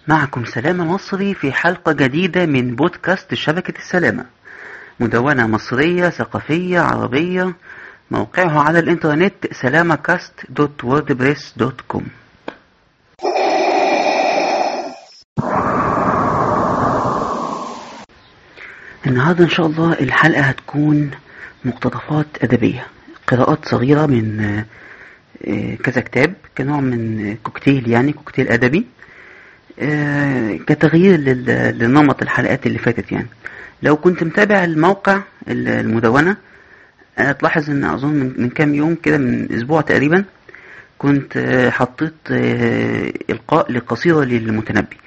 معكم سلامة مصري في حلقة جديدة من بودكاست شبكة السلامة، مدونة مصرية ثقافية عربية، موقعه على الإنترنت salamacast.wordpress.com. النهاردة إن شاء الله الحلقة هتكون مقتطفات أدبية، قراءات صغيرة من كذا كتاب كنوع من كوكتيل، يعني كوكتيل أدبي كتغيير لنمط الحلقات اللي فاتت. يعني لو كنت متابع الموقع المدونة تلاحظ ان اظن من كام يوم كده، من اسبوع تقريبا، كنت حطيت القاء لقصيدة للمتنبي.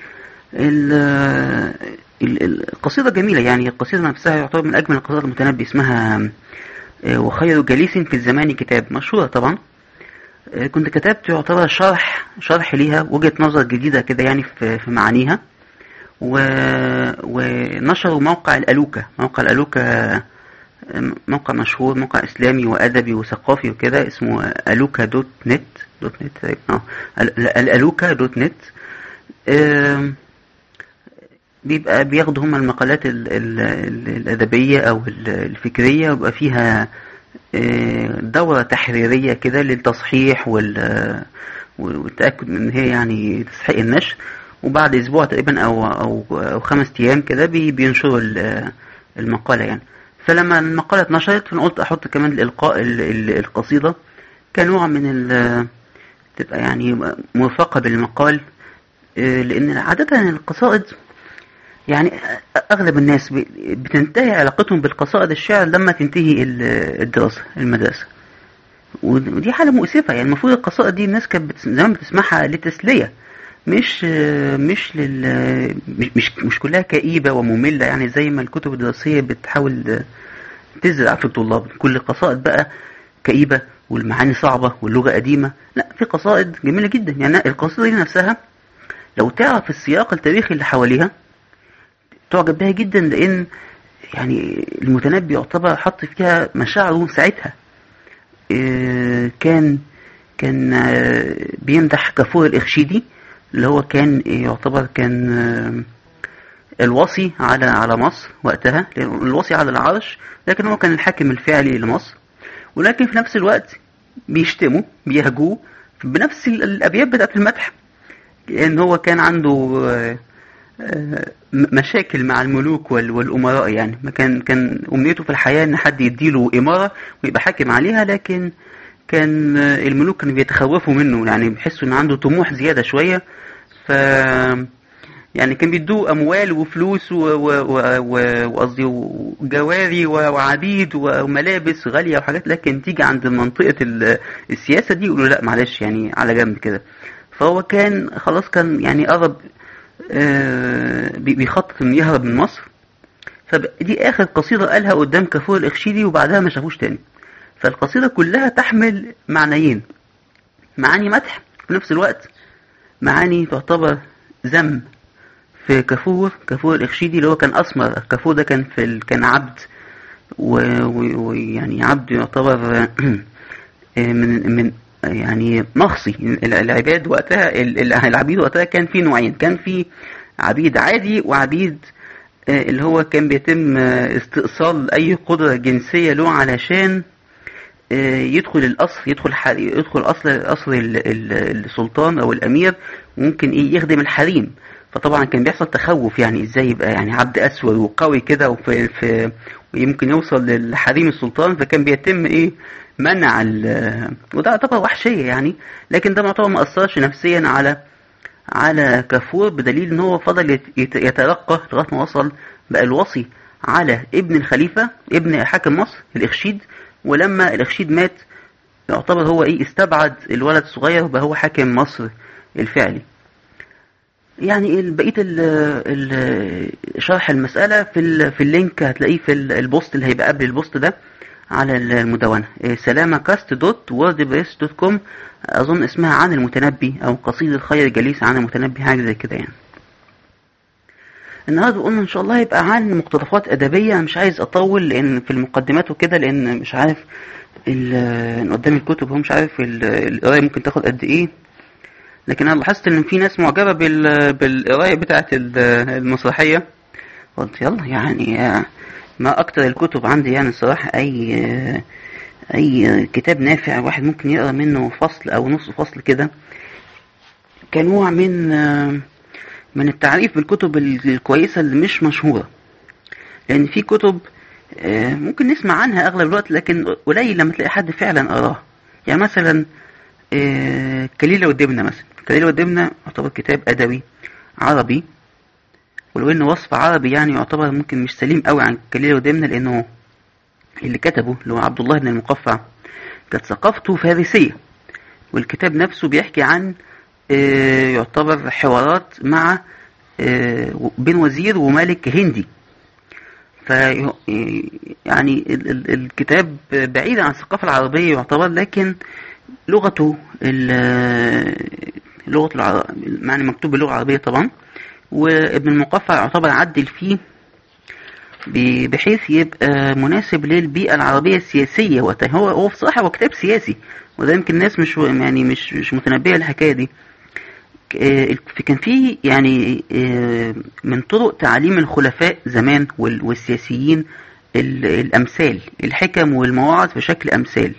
القصيدة جميلة، يعني القصيدة نفسها يعتبر من اجمل قصائد المتنبي، اسمها وخير جليس في الزمان كتاب، مشهورة طبعا. كنت كتبت يعتبر شرح ليها، وجهة نظر جديدة كده يعني في معانيها، ونشروا موقع الألوكة. موقع مشهور، موقع إسلامي وأدبي وثقافي وكده، اسمه ألوكا دوت نت. الألوكا.net. بيبقى بياخدوا هم المقالات الأدبية أو الفكرية، ويبقى فيها دورة تحريرية كده للتصحيح والتأكد من ان هي يعني تستحق النشر، وبعد اسبوع تقريبا او 5 ايام كده بينشروا المقالة يعني. فلما المقالة اتنشرت فانا قلت احط كمان الالقاء القصيدة كنوع من تبقى يعني مرفقة بالمقال، لان عادة القصائد يعني اغلب الناس بتنتهي علاقتهم بالقصائد الشعر لما تنتهي المدرسة، ودي حالة مؤسفة. يعني المفروض القصائد دي الناس كانت زمان بتسمعها للتسلية، مش مش كلها كئيبة ومملة، يعني زي ما الكتب الدراسية بتحاول تزرع في الطلاب. كل قصائد بقى كئيبة والمعاني صعبة واللغة قديمة. لا، في قصائد جميلة جدا. يعني القصيدة دي نفسها لو تعرف السياق التاريخي اللي حواليها تعجب بها جدا، لان يعني المتنبي يعتبر حط فيها مشاعره ساعتها. كان بيمدح كفور الإخشيدي، اللي هو كان يعتبر كان الوصي على مصر وقتها، الوصي على العرش، لكن هو كان الحاكم الفعلي لمصر. ولكن في نفس الوقت بيشتموا بيهجوه بنفس الأبيات بتاعت المدح، لأن هو كان عنده مشاكل مع الملوك والأمراء. يعني ما كان أمنيته في الحياة ان حد يديله إمارة ويبقى حاكم عليها، لكن كان الملوك كانوا بيتخوفوا منه، يعني بيحسوا ان عنده طموح زيادة شوية. ف يعني كان بيدوه أموال وفلوس وقصدي وجواري وعبيد وملابس غالية وحاجات، لكن تيجي عند منطقة السياسة دي يقولوا لا معلش، يعني على جنب كده. فهو كان خلاص، كان يعني قرب بيخطط انه يهرب من مصر. فدي اخر قصيدة قالها قدام كفور الإخشيدي، وبعدها ما شافوش تاني. فالقصيدة كلها تحمل معنيين، معاني مدح في نفس الوقت معاني تعتبر ذم في كفور الإخشيدي، اللي هو كان أسمر. كفور ده كان عبد، ويعني عبد يعتبر من يعني مخصي. العباد وقتها، العبيد وقتها كان في نوعين، كان في عبيد عادي وعبيد اللي هو كان بيتم استئصال اي قدرة جنسية له علشان يدخل القصر، يدخل قصر السلطان او الامير، وممكن يخدم الحريم. فطبعا كان بيحصل تخوف، يعني ازاي يبقى يعني عبد اسود وقوي كده ويمكن يوصل للحريم السلطان. فكان بيتم منع وده طبعا وحشية يعني، لكن ده طبعا ما اثرش نفسيا على كفور، بدليل ان هو فضل يترقى لغايه ما وصل بقى الوصي على ابن الخليفة، ابن حاكم مصر الإخشيد. ولما الإخشيد مات يعتبر هو استبعد الولد الصغير وبقى هو حاكم مصر الفعلي. يعني بقية شرح المسألة في اللينك هتلاقيه في البوست اللي هيبقى قبل البوست ده على المدونة salamacast.wordpress.com. أظن اسمها عن المتنبي أو قصيدة خير جليس عن المتنبي، حاجة زي كده يعني. النهارده قلنا ان شاء الله يبقى عن مقتطفات ادبيه. مش عايز اطول لان في المقدمات وكده، لان مش عارف قدام الكتب، هو مش عارف القرايه ممكن تاخد قد ايه. لكن انا لاحظت ان في ناس معجبة بالقراية بتاعة المسرحية. قلت يلا يعني ما اكتر الكتب عندي يعني الصراحة، اي كتاب نافع واحد ممكن يقرا منه فصل او نص فصل كده كنوع من التعريف بالكتب الكويسة اللي مش مشهورة. لان في كتب ممكن نسمع عنها اغلب الوقت، لكن قليل لما تلاقي حد فعلا قراها. يعني مثلا كليلة والدبنة مثلا. كليلة والدبنة يعتبر كتاب ادبي عربي، ولو انه وصف عربي يعني يعتبر ممكن مش سليم قوي عن كليلة والدبنة، لانه اللي كتبه اللي هو عبد الله بن المقفع كانت ثقافته فارسية، والكتاب نفسه بيحكي عن يعتبر حوارات مع بين وزير وملك هندي. ف يعني الكتاب بعيد عن الثقافة العربية يعتبر، لكن لغته معنى مكتوب باللغة العربية طبعا. وابن المقفع يعتبر عدل فيه بحيث يبقى مناسب للبيئة العربية السياسية وقتها. هو بصراحة هو كتاب سياسي، وده يمكن الناس مش متنبهة الحكاية دي. كان في يعني من طرق تعليم الخلفاء زمان والسياسيين الأمثال، الحكم والمواعظ بشكل أمثال،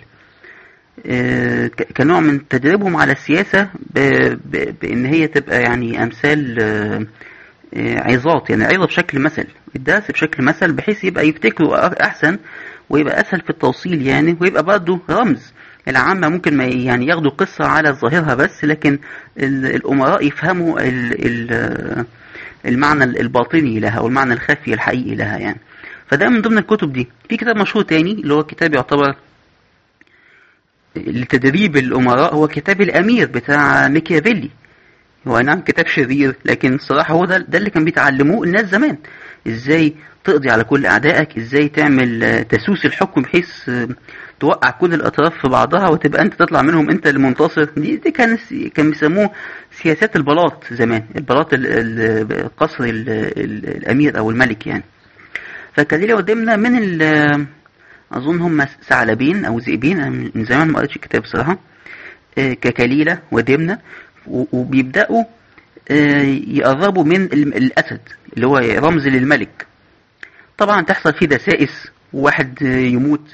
كنوع من تدريبهم على السياسة بأن هي تبقى يعني أمثال عظات، يعني عظة بشكل مثل، الدرس بشكل مثل، بحيث يبقى يفتكروا أحسن ويبقى أسهل في التوصيل يعني، ويبقى برضه رمز. العامة ممكن ما يعني ياخدوا قصة على ظاهرها بس، لكن الأمراء يفهموا المعنى الباطني لها أو المعنى الخفي الحقيقي لها يعني. فده من ضمن الكتب دي. في كتاب مشهور تاني اللي هو كتاب يعتبر لتدريب الأمراء، هو كتاب الأمير بتاع ميكيافيلي. هو نعم كتاب شرير، لكن الصراحة هو ده اللي كان بيتعلموه الناس زمان، ازاي تقضي على كل أعدائك، ازاي تعمل تسوس الحكم بحيث توقع كل الأطراف في بعضها وتبقى أنت تطلع منهم أنت المنتصر. دي كان بيسموه سياسات البلاط زمان، البلاط قصر الأمير أو الملك يعني. فكليلة ودمنة من أظن هم ثعلبين أو ذئبين، أنا من زمان ما قريتش الكتاب صراحة، ككليلة ودمنة، وبيبدأوا يقربوا من الأسد اللي هو رمز للملك. طبعا تحصل فيه دسائس، وواحد يموت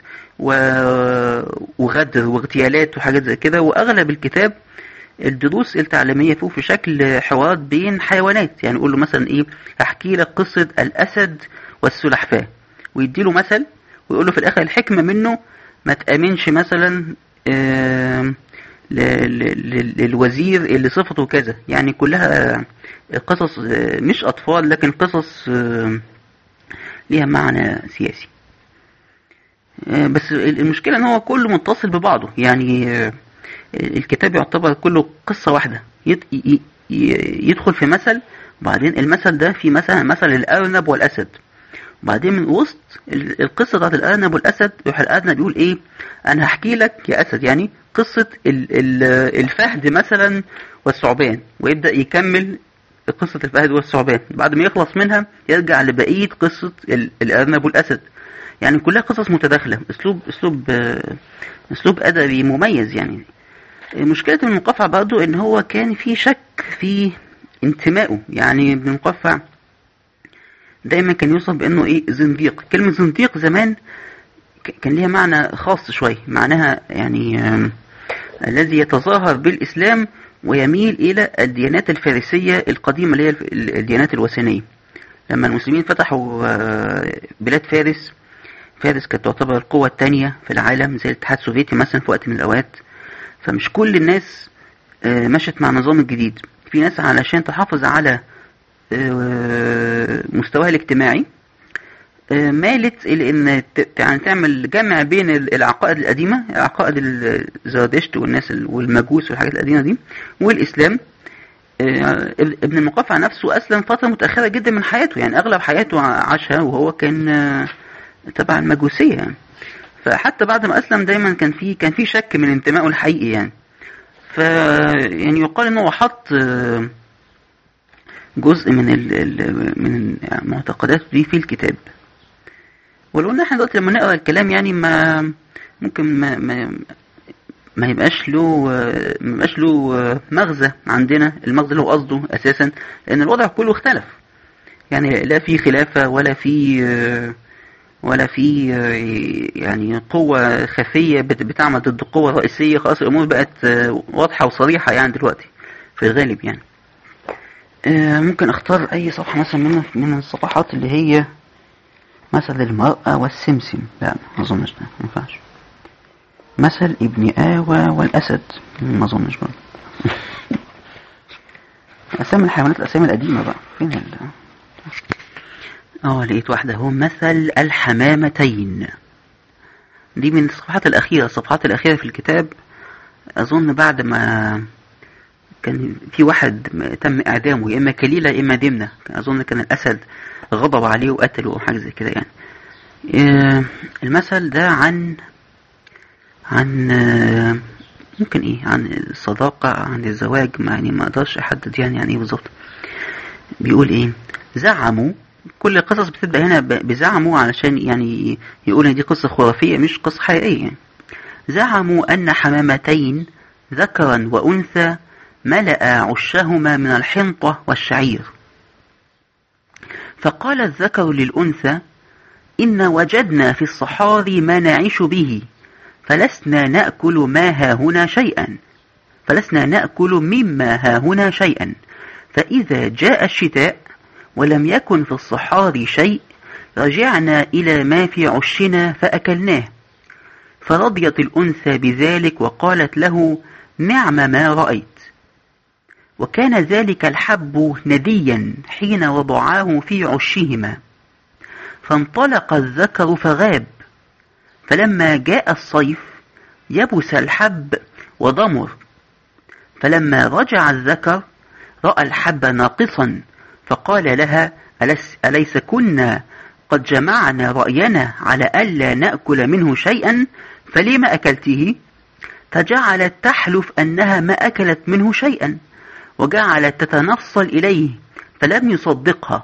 وغدر واغتيالات وحاجات زي كده. وأغلب الكتاب الدروس التعليمية فيه في شكل حوارات بين حيوانات، يعني يقول له مثلا ايه، احكي لك قصة الأسد والسلحفاة، ويديله مثل ويقول له في الآخر الحكمة منه ما تأمنش مثلا للوزير اللي صفته كذا. يعني كلها قصص مش أطفال، لكن قصص ليها معنى سياسي. بس المشكلة ان هو كله متصل ببعضه، يعني الكتاب يعتبر كله قصة واحدة، يدخل في مثل، وبعدين المثل ده في مثل الأرنب والأسد، وبعدين من وسط القصة بتاعت الأرنب والأسد يروح الأرنب يقول ايه، انا هحكي لك يا أسد يعني قصة الفهد مثلا والثعبان، ويبدأ يكمل قصة الفهد والثعبان. بعد ما يخلص منها يرجع لبقية قصة الأرنب والأسد. يعني كلها قصص متداخلة، اسلوب ادبي مميز يعني. مشكلة ابن المقفع برضو ان هو كان في شك في انتمائه. يعني ابن المقفع دايما كان يوصف بانه ايه، زنديق. كلمة زنديق زمان كان ليها معنى خاص شوي، معناها يعني الذي يتظاهر بالاسلام ويميل الى الديانات الفارسية القديمة اللي هي الديانات الوثنية. لما المسلمين فتحوا بلاد فارس كانت تعتبر القوة الثانية في العالم زي الاتحاد السوفيتي مثلا في وقت من الأوقات. فمش كل الناس مشت مع النظام الجديد. في ناس علشان تحافظ على مستواها الاجتماعي مالت إلى أن يعني تعمل جمع بين العقائد القديمة، عقائد الزرادشت والناس والمجوس والحاجات القديمة دي، والإسلام. ابن المقفع نفسه أسلم فترة متأخرة جدا من حياته، يعني أغلب حياته عاشها وهو كان تبع المجوسية يعني. فحتى بعد ما أسلم دايما كان في شك من انتمائه الحقيقي يعني. يعني يقال إنه حط جزء من معتقداته دي في الكتاب. ولو ان احنا دلوقتي لما نقرا الكلام يعني ما ممكن ما يبقاش له مغزى عندنا، المغزى اللي هو قصده اساسا، لان الوضع كله اختلف. يعني لا في خلافة ولا في يعني قوة خفية بتعمل ضد القوة الرئيسية. خلاص الامور بقت واضحة وصريحة يعني دلوقتي في الغالب يعني. ممكن اختار اي صفحة مثلا من الصفحات اللي هي مثل المرأة والسمسم. لا ما اظنش، ده ما ينفعش. مثل ابن آوى والأسد، ما اظنش برضه. اسامي الحيوانات الاسامي القديمة بقى فين لقيت واحدة، هو مثل الحمامتين. دي من الصفحات الأخيرة في الكتاب. أظن بعد ما كان في واحد تم إعدامه، يا إما كليلة يا إما دمنة. أظن كان الأسد غضب عليه وقتله أو حاجة زي كده يعني. المثل ده عن ممكن عن الصداقة، عن الزواج، يعني ما أقدرش أحدد يعني إيه بالظبط. بيقول زعموا، كل القصص بتبدأ هنا بزعموا علشان يعني يقول ان دي قصة خرافية مش قصة حقيقية يعني. زعموا أن حمامتين ذكرا وأنثى ملأ عشهما من الحنطة والشعير، فقال الذكر للأنثى: إن وجدنا في الصحاري ما نعيش به، فلسنا نأكل مما هاهنا شيئا، فإذا جاء الشتاء ولم يكن في الصحاري شيء رجعنا إلى ما في عشنا فأكلناه. فرضيت الأنثى بذلك وقالت له: نعم ما رأيت. وكان ذلك الحب نديا حين وضعاه في عشهما، فانطلق الذكر فغاب. فلما جاء الصيف يبس الحب وضمر، فلما رجع الذكر رأى الحب ناقصا، فقال لها: أليس كنا قد جمعنا رأينا على ألا نأكل منه شيئا، فلما أكلته؟ فجعلت تحلف أنها ما أكلت منه شيئا، وجعلت تتنصل إليه، فلم يصدقها،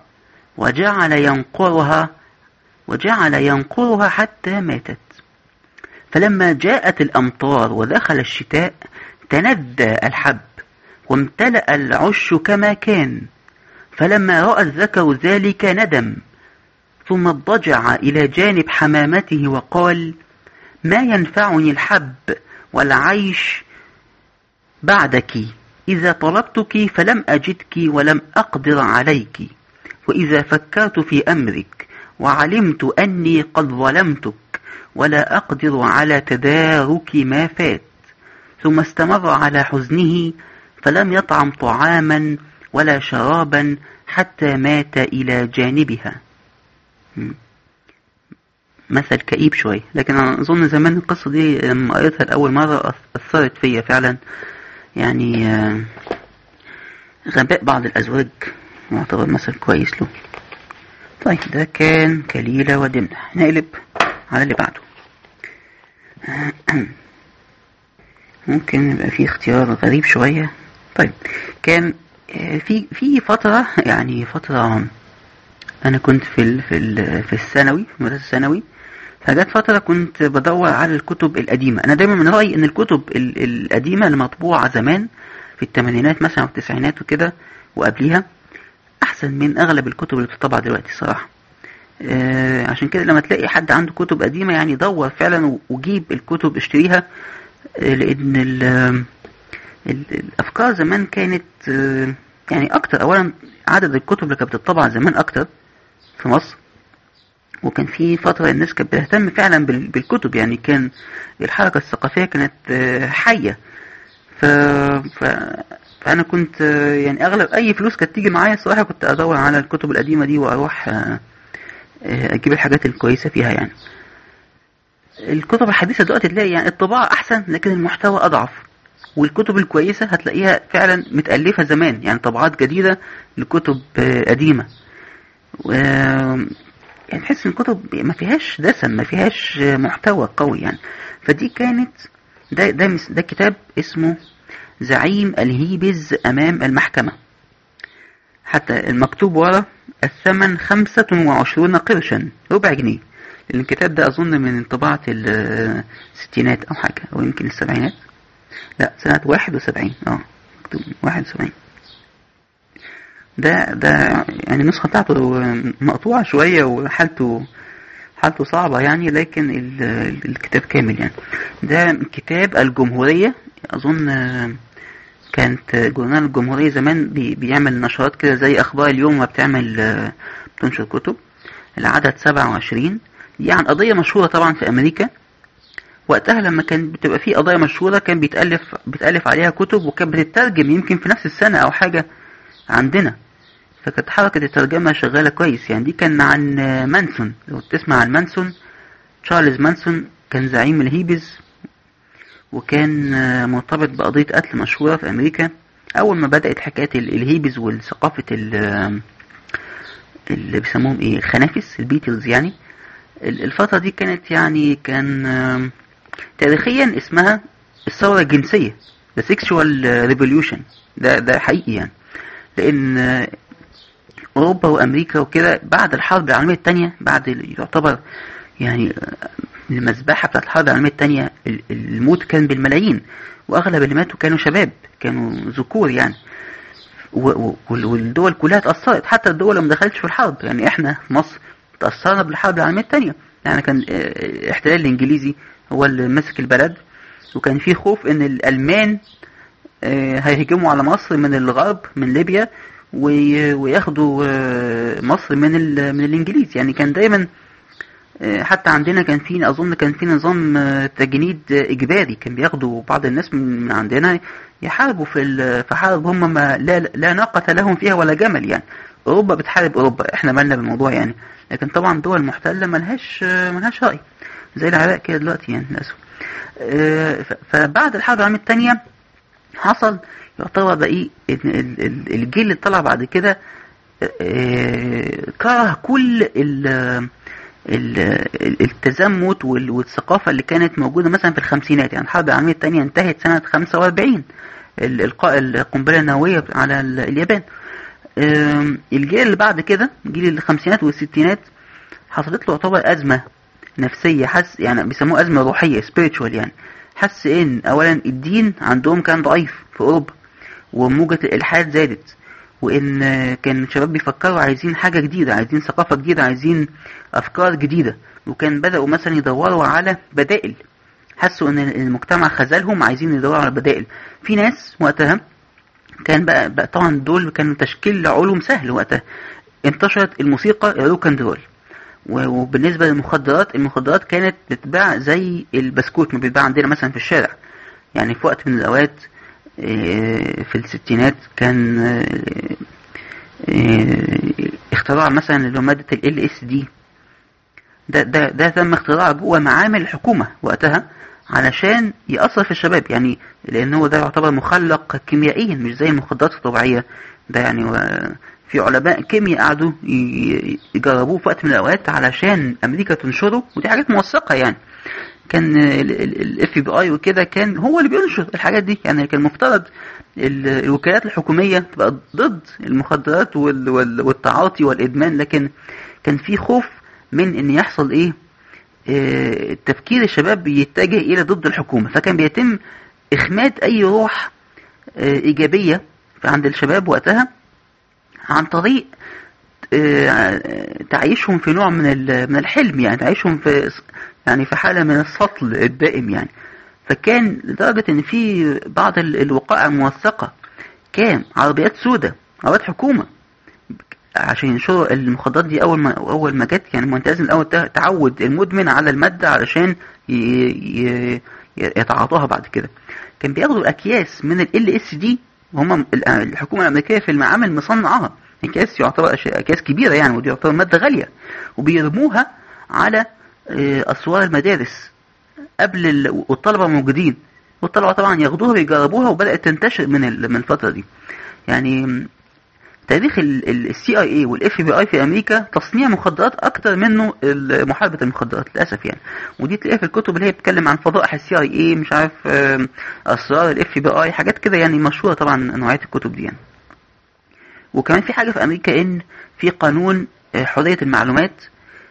وجعل ينقرها حتى ماتت. فلما جاءت الأمطار ودخل الشتاء تندى الحب وامتلأ العش كما كان. فلما رأى الذكر ذلك ندم، ثم اضطجع إلى جانب حمامته وقال: ما ينفعني الحب والعيش بعدك، إذا طلبتك فلم أجدك ولم أقدر عليك، وإذا فكرت في أمرك وعلمت أني قد ظلمتك ولا أقدر على تدارك ما فات. ثم استمر على حزنه، فلم يطعم طعاما ولا شرابا حتى مات إلى جانبها. مثل كئيب شوي، لكن أنا أظن زمان القصة دي لما قريتها لأول مرة أثرت فيا فعلا. يعني غباء بعض الأزواج يعتبر مثل كويس له. طيب ده كان كليلة ودمنة. نقلب على اللي بعده. ممكن يبقى فيه اختيار غريب شوية. طيب كان في فترة، يعني فترة أنا كنت في الثانوي، في مدرسة الثانوي. فجت فترة كنت بدور على الكتب القديمة. أنا دايما من رأيي إن الكتب القديمة اللي مطبوعة زمان في الثمانينات مثلا والتسعينات وكده وقبليها أحسن من أغلب الكتب اللي بتطبع دلوقتي صراحة. عشان كده لما تلاقي حد عنده كتب قديمة يعني دور فعلا وجيب الكتب اشتريها، لأن الأفكار زمان كانت يعني أكتر. أولا عدد الكتب اللي كانت بتطبع زمان أكتر في مصر، وكان في فترة الناس كانت بتهتم فعلا بالكتب، يعني كان الحركة الثقافية كانت حية. فأنا كنت يعني أغلب أي فلوس كانت تيجي معايا الصراحة كنت أدور على الكتب القديمة دي وأروح أجيب الحاجات الكويسة فيها. يعني الكتب الحديثة دلوقتي تلاقي يعني الطباعة أحسن لكن المحتوى أضعف، والكتب الكويسة هتلاقيها فعلا متألفة زمان، يعني طبعات جديدة لكتب قديمة. يعني تحس ان الكتب ما فيهاش دسم، ما فيهاش محتوى قوي يعني. فدي كانت ده كتاب اسمه زعيم الهيبز أمام المحكمة. حتى المكتوب ورا الثمن 25 قرشا، ربع جنيه. الكتاب ده أظن من طباعة الستينات أو حاجة، أو يمكن السبعينات. لا سنة 71. مكتوب 71. ده يعني النسخة بتاعته مقطوعة شوية وحالته صعبة يعني، لكن الكتاب كامل يعني. ده كتاب الجمهورية أظن. كانت جورنال الجمهورية زمان بيعمل نشرات كده زي أخبار اليوم، ما بتنشر كتب. العدد 27 دي عن قضية مشهورة طبعا في أمريكا وقتها. لما كان بتبقى فيه قضايا مشهورة كان بيتألف عليها كتب، وكانت بتترجم يمكن في نفس السنة أو حاجة عندنا. فكانت حركة الترجمة شغالة كويس يعني. دي كان عن مانسون، لو تسمع عن مانسون. تشارلز مانسون كان زعيم الهيبز، وكان مرتبط بقضية قتل مشهورة في أمريكا. أول ما بدأت حكاية الهيبز والثقافة اللي بيسموهم الخنافس، البيتلز يعني. الفترة دي كانت يعني كان تاريخيا اسمها الثورة الجنسية، The Sexual Revolution. ده حقيقي يعني، لأن أوروبا وأمريكا وكده بعد الحرب العالمية الثانية، بعد يعتبر يعني المذبحة بتاعت الحرب العالمية الثانية، الموت كان بالملايين، وأغلب اللي ماتوا كانوا شباب، كانوا ذكور يعني. والدول كلها تأثرت، حتى الدول اللي ما دخلتش في الحرب يعني. احنا في مصر تأثرنا بالحرب العالمية الثانية يعني. كان الاحتلال الإنجليزي هو اللي مسك البلد، وكان في خوف ان الألمان هيهجموا على مصر من الغرب، من ليبيا، وياخدوا مصر من الإنجليز يعني. كان دايما حتى عندنا كان في أظن كان في نظام تجنيد إجباري، كان بياخدوا بعض الناس من عندنا يحاربوا في حرب هم ما لا ناقة لهم فيها ولا جمل يعني. أوروبا بتحارب أوروبا، إحنا مالنا بالموضوع يعني. لكن طبعا دول محتلة ملهاش رأي، زي العراق كده دلوقتي يعني للأسف. فبعد الحرب العالمية الثانية حصل يعتبر بقى الجيل اللي طلع بعد كده كره كل التزمت والثقافة اللي كانت موجودة مثلا في الخمسينات يعني. الحرب العالمية الثانية انتهت سنة 45، القاء القنبلة النووية على اليابان. الجيل اللي بعد كده، جيل الخمسينات والستينات، حصلت له يعتبر أزمة نفسية، حس يعني بيسموه أزمة روحية spiritual يعني. حس إن أولا الدين عندهم كان ضعيف في أوروبا، وموجة الإلحاد زادت، وإن كان الشباب بيفكروا عايزين حاجة جديدة، عايزين ثقافة جديدة، عايزين أفكار جديدة. وكان بدأوا مثلا يدوروا على بدائل، حسوا إن المجتمع خذلهم، عايزين يدوروا على بدائل. في ناس وقتها كان بقى طبعا دول كانوا تشكيل علوم سهل وقتها. انتشرت الموسيقى الروك اند رول. وبالنسبة للمخدرات، المخدرات كانت بتتباع زي البسكوت ما بيتباع عندنا مثلا في الشارع يعني. في وقت من الأوقات في الستينات كان اختراع مثلا اللي هو مادة ال LSD. ده تم اختراعه جوه معامل الحكومة وقتها علشان يأثر في الشباب يعني، لأن هو ده يعتبر مخلق كيميائيا مش زي المخدرات الطبيعية. ده يعني في علماء كيمياء قعدوا يجربوه في وقت من الأوقات علشان أمريكا تنشره، ودي حاجات موثقة يعني. كان ال FBI وكده كان هو اللي بينشر الحاجات دي يعني. كان مفترض الوكالات الحكومية تبقى ضد المخدرات والتعاطي والإدمان، لكن كان في خوف من ان يحصل تفكير الشباب يتجه الى ضد الحكومة. فكان بيتم اخماد اي روح ايجابية عند الشباب وقتها عن طريق تعيشهم في نوع من الحلم يعني، تعيشهم في حالة من السطل الدائم يعني. فكان لدرجة ان في بعض الوقائع موثقة كان عربيات سودة، عربيات حكومة، عشان ينشروا المخدرات دي. اول ما جت يعني المنتزه الاول تعود المدمن على المادة علشان يتعاطاها بعد كده. كان بياخدوا اكياس من ال LSD، وهم الحكومة الامريكية في المعامل مصنعاها اكياس، يعتبر اكياس كبيرة يعني، ودي يعتبر مادة غالية، وبيرموها على اسوار المدارس قبل والطلبة موجودين، والطلبة طبعا ياخدوها ويجربوها، وبدأت تنتشر من الفترة دي يعني. تاريخ ال CIA وال FBI في أمريكا تصنيع مخدرات أكتر منه محاربة المخدرات للأسف يعني. ودي تلاقيها في الكتب اللي هي بتتكلم عن فضائح ال CIA، مش عارف أسرار ال FBI، حاجات كده يعني مشهورة طبعا نوعية الكتب دي يعني. وكمان في حاجة في أمريكا إن في قانون حرية المعلومات.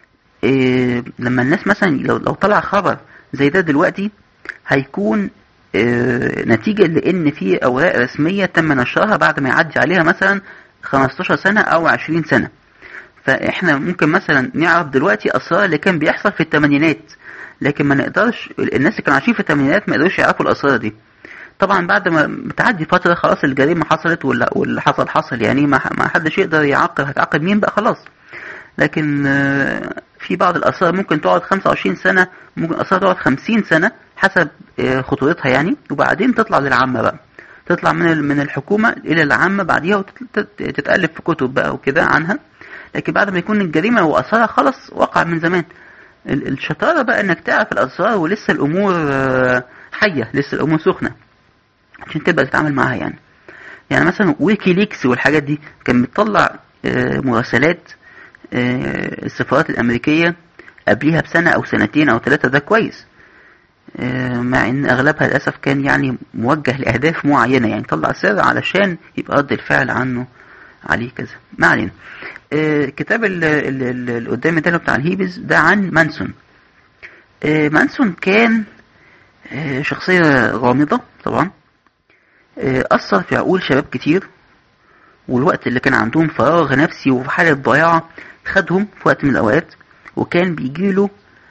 لما الناس مثلا لو طلع خبر زي ده دلوقتي، هيكون نتيجة لان في اوراق رسمية تم نشرها بعد ما يعدي عليها مثلا 15 سنة او 20 سنة. فاحنا ممكن مثلا نعرف دلوقتي اسرار اللي كان بيحصل في الثمانينات، لكن ما نقدرش، الناس اللي كانوا عايشين في الثمانينات ما يقدروش يعرفوا الاسرار دي. طبعا بعد ما بتعدي فترة خلاص الجريمة حصلت واللي حصل يعني ما حدش يقدر يعاقب، هتعاقب مين بقى خلاص. لكن في بعض الاسرار ممكن تقعد 25 سنة، ممكن اسرار تقعد 50 سنة حسب خطورتها يعني، وبعدين تطلع للعامة بقى، تطلع من الحكومة الى العامة بعديها وتتألف في كتب بقى وكده عنها. لكن بعد ما يكون الجريمة وأثرها خلاص وقع من زمان. الشطارة بقى انك تعرف الأسرار ولسه الأمور حية، لسه الأمور سخنة عشان تبقى تتعامل معها يعني مثلا ويكيليكس والحاجات دي كان بتطلع مراسلات السفارات الأمريكية قبليها بسنة أو سنتين أو 3، ده كويس، مع ان اغلبها للأسف كان يعني موجه لأهداف معينة، يعني طلع سر علشان يبقى رد الفعل عنه عليه كذا. ما علينا. كتاب اللي قدامي ده بتاع الهيبز ده عن مانسون. مانسون كان شخصية غامضة طبعا، أثر في عقول شباب كتير، والوقت اللي كان عندهم فراغ نفسي وفي حالة ضياع خدهم في وقت من الأوقات، وكان بيجيله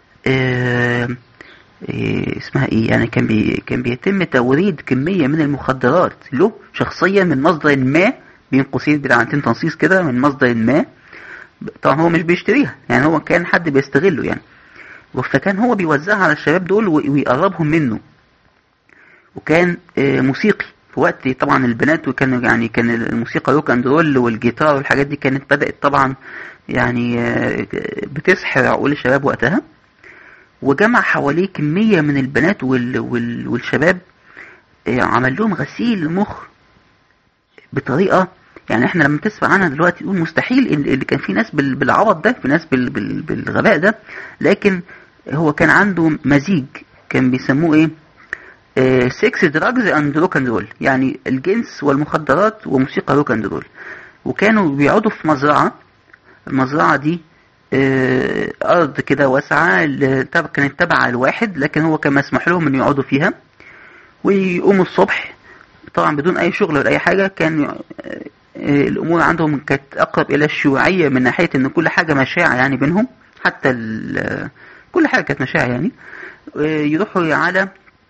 اسمها ايه يعني، كان بيتم توريد كمية من المخدرات له شخصيا من مصدر ما، بين قوسين بدعتين تنصيص كده، من مصدر ما. طبعا هو مش بيشتريها يعني، هو كان حد بيستغله يعني، فكان هو بيوزعها على الشباب دول ويقربهم منه. وكان موسيقي في وقت طبعا البنات، وكان يعني كان الموسيقى روك اند رول والجيتار والحاجات دي كانت بدأت طبعا يعني بتسحر عقول الشباب وقتها. وجمع حواليه كمية من البنات والشباب، عمل لهم غسيل مخ بطريقة يعني احنا لما تسمع عنها دلوقتي تقول مستحيل اللي كان في ناس بالعبط ده، في ناس بالغباء ده. لكن هو كان عنده مزيج، كان بيسموه ايه، سكس دراجز اند روك اند رول، يعني الجنس والمخدرات وموسيقى روك اند رول. وكانوا بيقعدوا في مزرعة، المزرعة دي ارض كده واسعة كانت تبع الواحد، لكن هو كان مسمح لهم ان يقعدوا فيها ويقوموا الصبح طبعا بدون اي شغل ولا اي حاجة. كان الامور عندهم كانت اقرب الى الشيوعية من ناحية ان كل حاجة مشاعة يعني بينهم، حتى كل حاجة كانت مشاعة يعني. يروحوا على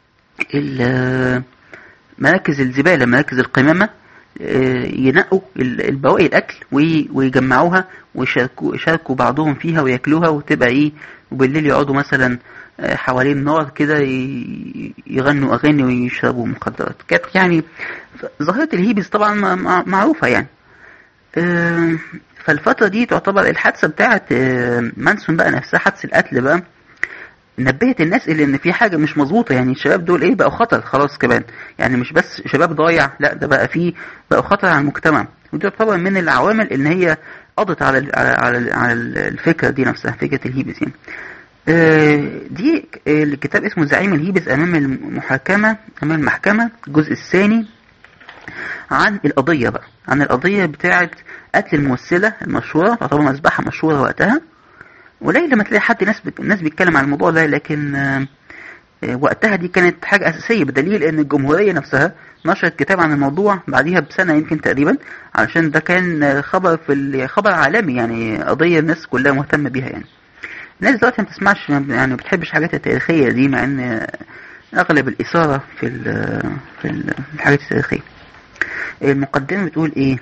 مراكز الزبالة، مراكز القمامة، ينقوا البواقي الاكل ويجمعوها ويشاركوا بعضهم فيها وياكلوها، وتبقى ايه، وبالليل يقعدوا مثلا حوالين نار كده يغنوا اغاني ويشربوا مخدرات. كانت يعني ظاهرة الهيبز طبعا معروفة يعني. فالفترة دي تعتبر الحادثة بتاعت مانسون بقى نفسها، حادثة القتل بقى، نبهت الناس اللي ان في حاجة مش مظبوطة يعني. الشباب دول ايه بقوا خطر خلاص كمان يعني، مش بس شباب ضايع، لا ده بقوا خطر على المجتمع. ودي تعتبر من العوامل ان هي قضت على الفكرة دي نفسها، فكرة الهيبز يعني. دي الكتاب اسمه زعيم الهيبز امام المحكمة، الجزء الثاني، عن القضية بقى، عن القضية بتاعت قتل الممثلة المشهورة، تعتبر مذبحة مشهورة وقتها. قليل لما تلاقي حد ناس بيتكلم عن الموضوع ده، لكن وقتها دي كانت حاجة أساسية، بدليل ان الجمهورية نفسها نشرت كتاب عن الموضوع بعديها بسنة يمكن تقريبا، علشان ده كان خبر عالمي يعني، قضية الناس كلها مهتمة بيها يعني. الناس دلوقتي ما بتسمعش يعني، ما بتحبش الحاجات التاريخية دي، مع ان اغلب الإثارة في الحاجات التاريخية. المقدمة بتقول ايه،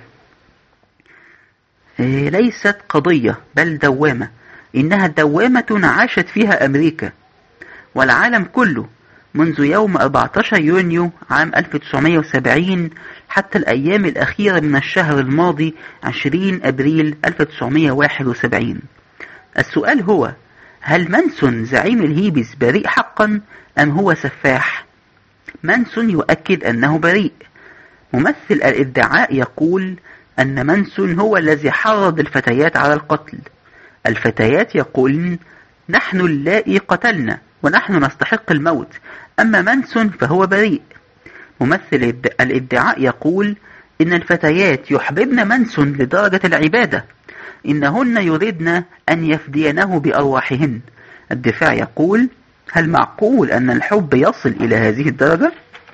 ليست قضية بل دوامة، إنها دوامة عاشت فيها أمريكا والعالم كله منذ يوم 14 يونيو عام 1970 حتى الأيام الأخيرة من الشهر الماضي 20 أبريل 1971. السؤال هو، هل مانسون زعيم الهيبز بريء حقا أم هو سفاح؟ مانسون يؤكد أنه بريء. ممثل الادعاء يقول أن مانسون هو الذي حرض الفتيات على القتل. الفتيات يقولن نحن اللائي قتلنا ونحن نستحق الموت، أما مانسون فهو بريء. ممثل الادعاء يقول إن الفتيات يحببن مانسون لدرجة العبادة، إنهن يريدن أن يفدينه بأرواحهن. الدفاع يقول هل معقول أن الحب يصل إلى هذه الدرجة؟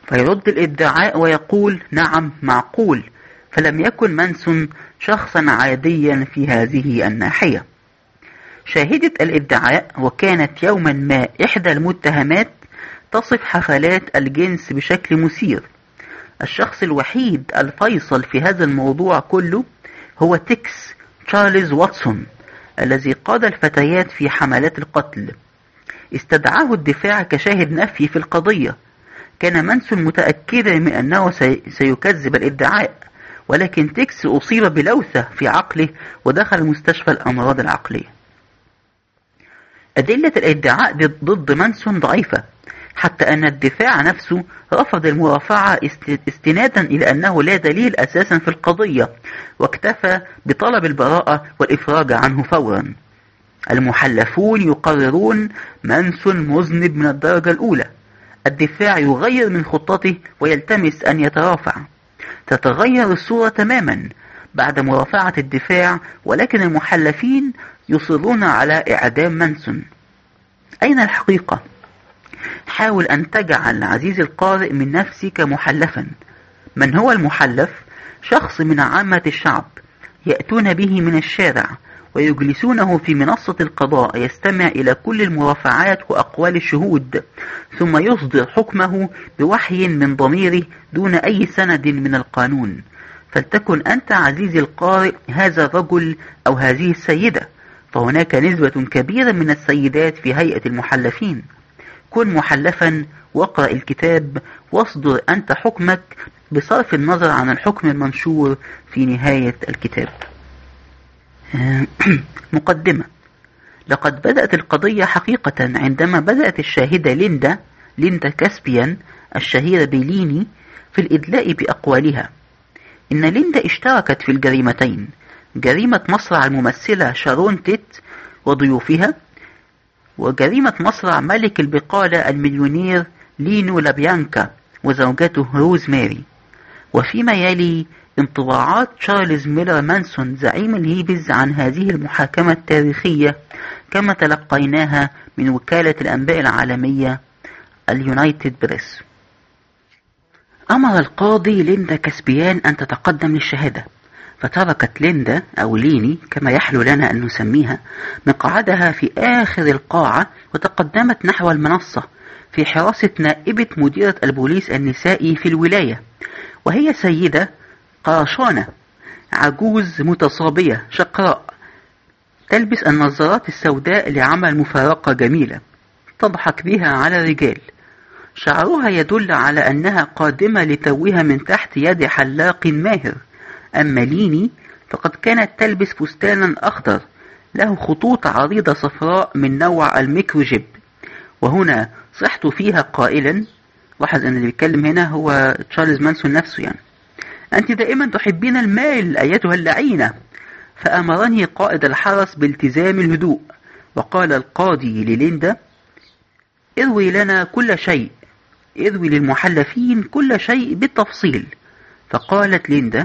فيرد الادعاء ويقول نعم معقول، فلم يكن مانسون شخصا عاديا في هذه الناحية. شاهدة الادعاء وكانت يوما ما إحدى المتهمات تصف حفلات الجنس بشكل مثير. الشخص الوحيد الفيصل في هذا الموضوع كله هو تيكس تشارلز واتسون الذي قاد الفتيات في حملات القتل. استدعاه الدفاع كشاهد نفي في القضية. كان مانسون متأكدا من أنه سيكذب الادعاء، ولكن تيكس أصيب بلوثة في عقله ودخل مستشفى الأمراض العقلية. أدلة الادعاء ضد مانسون ضعيفة، حتى أن الدفاع نفسه رفض المرافعة استنادا إلى أنه لا دليل أساسا في القضية، واكتفى بطلب البراءة والإفراج عنه فورا. المحلفون يقررون مانسون مذنب من الدرجة الأولى. الدفاع يغير من خطته ويلتمس أن يترافع. تتغير الصورة تماما بعد مرافعة الدفاع، ولكن المحلفين يصرون على إعدام مانسون. أين الحقيقة؟ حاول أن تجعل عزيزي القارئ من نفسك محلفا. من هو المحلف؟ شخص من عامة الشعب يأتون به من الشارع ويجلسونه في منصة القضاء، يستمع إلى كل المرافعات وأقوال الشهود، ثم يصدر حكمه بوحي من ضميره دون أي سند من القانون. فلتكن أنت عزيزي القارئ هذا الرجل أو هذه السيدة، فهناك نسبة كبيرة من السيدات في هيئة المحلفين. كن محلفا واقرأ الكتاب واصدر أنت حكمك بصرف النظر عن الحكم المنشور في نهاية الكتاب. مقدمة. لقد بدأت القضية حقيقة عندما بدأت الشاهدة ليندا كاسبيان الشهيرة بليني في الإدلاء بأقوالها. إن ليندا اشتركت في الجريمتين: جريمة مصرع الممثلة شارون تيت وضيوفها، وجريمة مصرع ملك البقالة المليونير لينو لابيانكا وزوجته روز ماري. وفيما يلي انطباعات تشارلز ميلر مانسون زعيم الهيبز عن هذه المحاكمة التاريخية كما تلقيناها من وكالة الأنباء العالمية اليونايتد بريس. أمر القاضي ليندا كاسبيان أن تتقدم للشهادة، فتركت ليندا أو ليني كما يحلو لنا أن نسميها مقعدها في آخر القاعة وتقدمت نحو المنصة في حراسة نائبة مديرة البوليس النسائي في الولاية، وهي سيدة قرشانة عجوز متصابية شقراء تلبس النظارات السوداء لعمل مفارقة جميلة تضحك بها على الرجال. شعرها يدل على أنها قادمة لتوها من تحت يد حلاق ماهر. أما ليني فقد كانت تلبس فستانا أخضر له خطوط عريضة صفراء من نوع الميكروجيب. وهنا صحت فيها قائلا، لاحظ أن اللي بيتكلم هنا هو تشارلز مانسون نفسه يعني: أنت دائما تحبين المال أيتها اللعينة. فأمرني قائد الحرس بالتزام الهدوء، وقال القاضي لليندا: اروي لنا كل شيء، اروي للمحلفين كل شيء بالتفصيل. فقالت ليندا: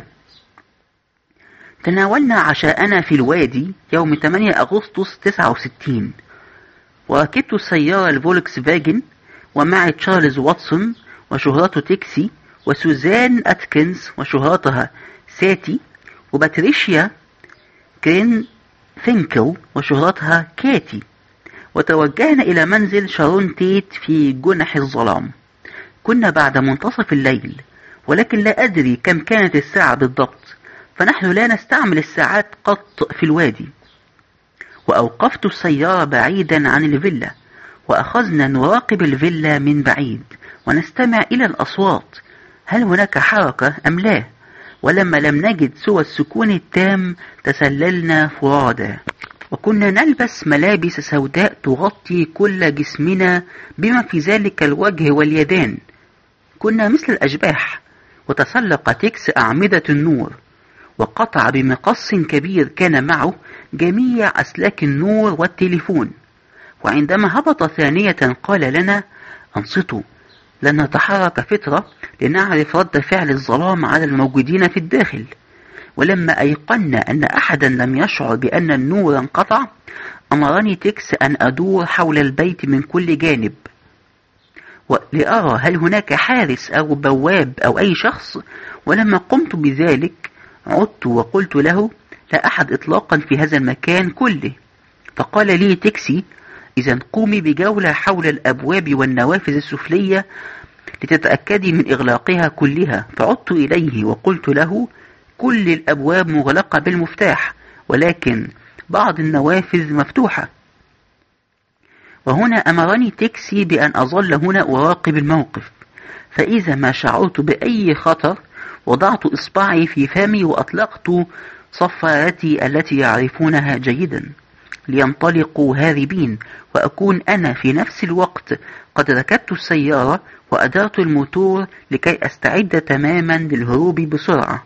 تناولنا عشاءنا في الوادي يوم 8 أغسطس 69، وركبت السيارة الفولكس فاجن، ومعي تشارلز واتسون وشهرته تيكسي، وسوزان أتكنز وشهرتها ساتي، وباتريشيا كرين فينكل وشهرتها كاتي، وتوجهنا إلى منزل شارون تيت في جنح الظلام. كنا بعد منتصف الليل، ولكن لا أدري كم كانت الساعة بالضبط، فنحن لا نستعمل الساعات قط في الوادي. وأوقفت السيارة بعيدا عن الفيلا، وأخذنا نراقب الفيلا من بعيد ونستمع إلى الأصوات، هل هناك حركة أم لا؟ ولما لم نجد سوى السكون التام تسللنا فرادا، وكنا نلبس ملابس سوداء تغطي كل جسمنا بما في ذلك الوجه واليدان. كنا مثل الأشباح. وتسلق تيكس أعمدة النور، وقطع بمقص كبير كان معه جميع أسلاك النور والتليفون. وعندما هبط ثانية قال لنا: انصتوا، لن نتحرك فترة لنعرف رد فعل الظلام على الموجودين في الداخل. ولما أيقنا أن أحدا لم يشعر بأن النور انقطع، أمرني تيكس أن أدور حول البيت من كل جانب، لأرى هل هناك حارس أو بواب أو أي شخص. ولما قمت بذلك عدت وقلت له: لا أحد إطلاقا في هذا المكان كله. فقال لي تيكسي: إذا قومي بجولة حول الأبواب والنوافذ السفلية لتتأكدي من إغلاقها كلها. فعدت إليه وقلت له: كل الأبواب مغلقة بالمفتاح، ولكن بعض النوافذ مفتوحة. وهنا أمرني تيكسي بأن أظل هنا أراقب الموقف، فإذا ما شعرت بأي خطر وضعت إصبعي في فمي وأطلقت صفارتي التي يعرفونها جيدا لينطلقوا هاربين، وأكون أنا في نفس الوقت قد ركبت السيارة وأدرت الموتور لكي أستعد تماما للهروب بسرعة.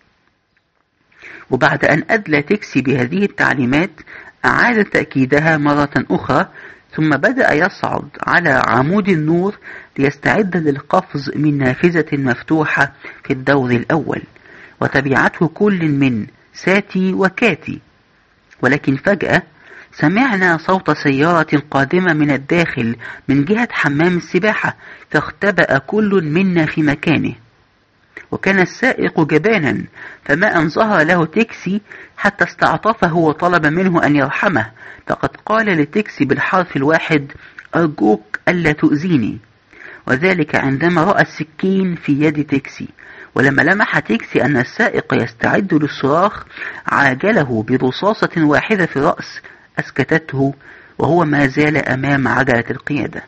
وبعد أن أدلى تيكسي بهذه التعليمات أعاد تأكيدها مرة أخرى، ثم بدأ يصعد على عمود النور ليستعد للقفز من نافذة مفتوحة في الدور الأول، وتبعته كل من ساتي وكاتي. ولكن فجأة سمعنا صوت سيارة قادمة من الداخل من جهة حمام السباحة، فاختبأ كل منا في مكانه. وكان السائق جبانا، فما أن ظهر له تيكسي حتى استعطفه وطلب منه أن يرحمه، فقد قال لتيكسي بالحرف الواحد: أرجوك ألا تؤذيني. وذلك عندما رأى السكين في يد تيكسي. ولما لمح تيكسي أن السائق يستعد للصراخ عاجله برصاصة واحدة في الرأس أسكتته، وهو ما زال أمام عجلة القيادة.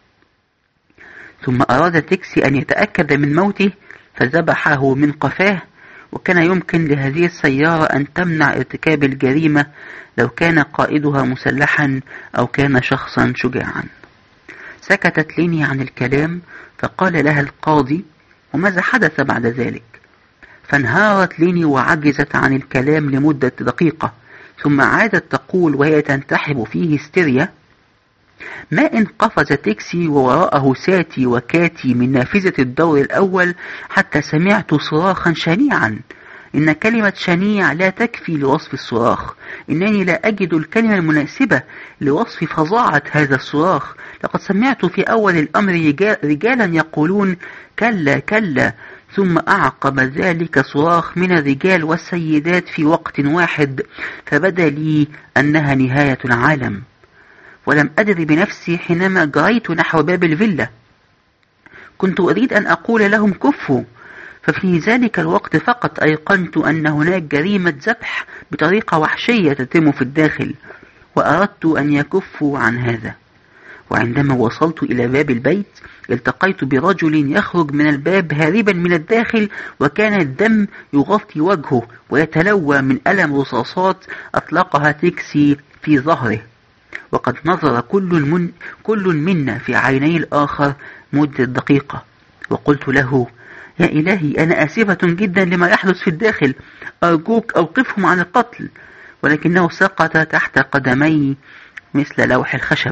ثم أراد تيكسي أن يتأكد من موته فذبحه من قفاه. وكان يمكن لهذه السيارة أن تمنع ارتكاب الجريمة لو كان قائدها مسلحا أو كان شخصا شجاعا. سكتت ليني عن الكلام، فقال لها القاضي: وماذا حدث بعد ذلك؟ فانهارت ليني وعجزت عن الكلام لمدة دقيقة، ثم عادت تقول وهي تنتحب في هستيريا: ما إن قفز تيكسي ووراءه ساتي وكاتي من نافذة الدور الأول حتى سمعت صراخا شنيعا. إن كلمة شنيع لا تكفي لوصف الصراخ، إنني لا أجد الكلمة المناسبة لوصف فظاعة هذا الصراخ. لقد سمعت في أول الأمر رجالا يقولون: كلا كلا، ثم أعقب ذلك صراخ من الرجال والسيدات في وقت واحد، فبدا لي أنها نهاية العالم. ولم أدري بنفسي حينما جريت نحو باب الفيلا. كنت أريد أن أقول لهم كفوا، ففي ذلك الوقت فقط أيقنت أن هناك جريمة ذبح بطريقة وحشية تتم في الداخل، وأردت أن يكفوا عن هذا. وعندما وصلت إلى باب البيت التقيت برجل يخرج من الباب هاربا من الداخل، وكان الدم يغطي وجهه ويتلوى من ألم رصاصات أطلقها تيكسي في ظهره. وقد نظر كل منا في عيني الآخر مدة دقيقة، وقلت له: يا إلهي، أنا آسفة جدا لما يحدث في الداخل، أرجوك أوقفهم عن القتل. ولكنه سقط تحت قدمي مثل لوح الخشب.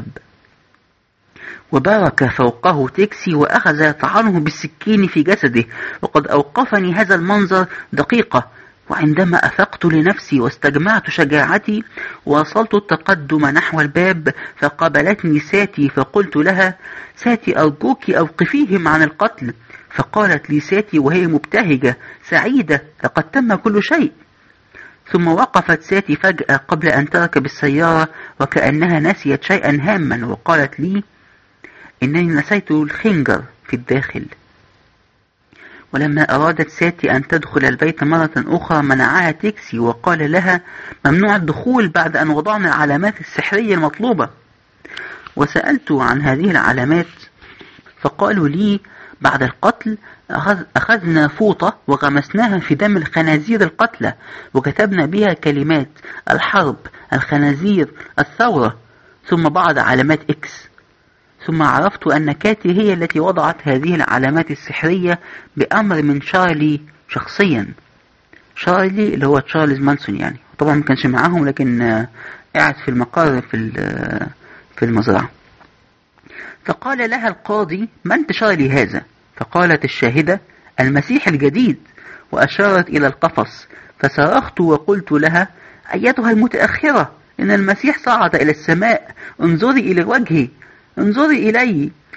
وبارك فوقه تيكسي وأخذ يطعنه بالسكين في جسده، وقد أوقفني هذا المنظر دقيقة. وعندما أفقت لنفسي واستجمعت شجاعتي واصلت التقدم نحو الباب، فقابلتني ساتي، فقلت لها: ساتي أرجوك أوقفيهم عن القتل. فقالت لي ساتي وهي مبتهجة: سعيدة، لقد تم كل شيء. ثم وقفت ساتي فجأة قبل أن تركب السيارة وكأنها نسيت شيئا هاما، وقالت لي: إنني نسيت الخنجر في الداخل. ولما أرادت ساتي أن تدخل البيت مرة أخرى منعها تيكسي وقال لها: ممنوع الدخول بعد أن وضعنا العلامات السحرية المطلوبة. وسألت عن هذه العلامات، فقالوا لي: بعد القتل أخذنا فوطة وغمسناها في دم الخنازير القتلى، وكتبنا بها كلمات الحرب، الخنازير، الثورة، ثم بعض علامات إكس. ثم عرفت أن كاتي هي التي وضعت هذه العلامات السحرية بأمر من شارلي شخصيا. شارلي اللي هو تشارلز مانسون، يعني طبعا ما كانش معاهم، لكن قاعد في المقر في المزرعة. فقال لها القاضي: من شارلي هذا؟ فقالت الشاهدة: المسيح الجديد، وأشارت إلى القفص. فصرخت وقلت لها: أيتها المتأخرة، إن المسيح صعد إلى السماء، انظري إلى وجهي، انظري إلي.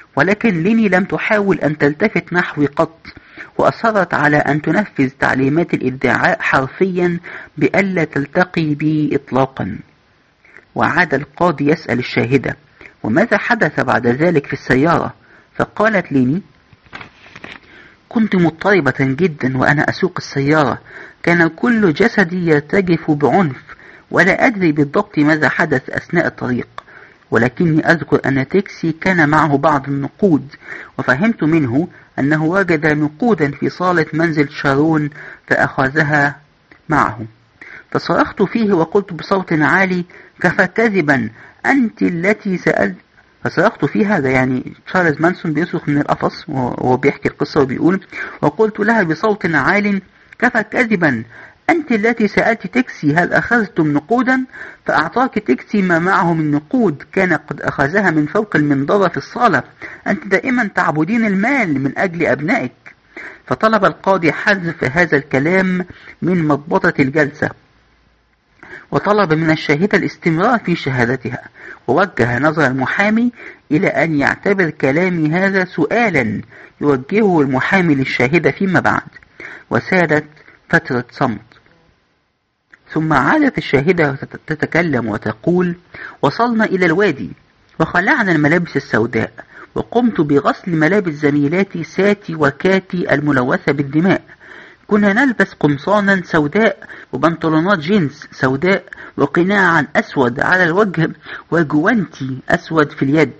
ولكن ليني لم تحاول أن تلتفت نحوي قط، وأصرت على أن تنفذ تعليمات الادعاء حرفيا بألا تلتقي بي إطلاقا. وعاد القاضي يسأل الشاهدة: وماذا حدث بعد ذلك في السيارة؟ فقالت ليني: كنت مضطربة جدا وأنا أسوق السيارة، كان كل جسدي يرتجف بعنف، ولا أدري بالضبط ماذا حدث أثناء الطريق، ولكني أذكر أن تاكسي كان معه بعض النقود، وفهمت منه أنه وجد نقودا في صالة منزل شارون فأخذها معه. فصرخت فيه وقلت بصوت عالي: كفى كذبا، أنت التي سألت. فصرخت فيه، هذا يعني تشارلز مانسون بيصرخ من القفص وهو بيحكي القصة وبيقول: وقلت لها بصوت عال: كفى كذبا، أنت التي سألت تاكسي هل أخذتم نقودا؟ فأعطاك تاكسي ما معه من نقود، كان قد أخذها من فوق المنظرة في الصالة. أنت دائما تعبدين المال من أجل أبنائك. فطلب القاضي حذف هذا الكلام من مضبطة الجلسة، وطلب من الشاهدة الاستمرار في شهادتها، ووجه نظر المحامي إلى أن يعتبر كلامي هذا سؤالا يوجهه المحامي للشاهدة فيما بعد. وسادت فترة صمت، ثم عادت الشاهدة تتكلم وتقول: وصلنا إلى الوادي وخلعنا الملابس السوداء، وقمت بغسل ملابس زميلاتي ساتي وكاتي الملوثة بالدماء. كنا نلبس قمصانا سوداء وبنطلونات جينز سوداء وقناعا أسود على الوجه وجوانتي أسود في اليد.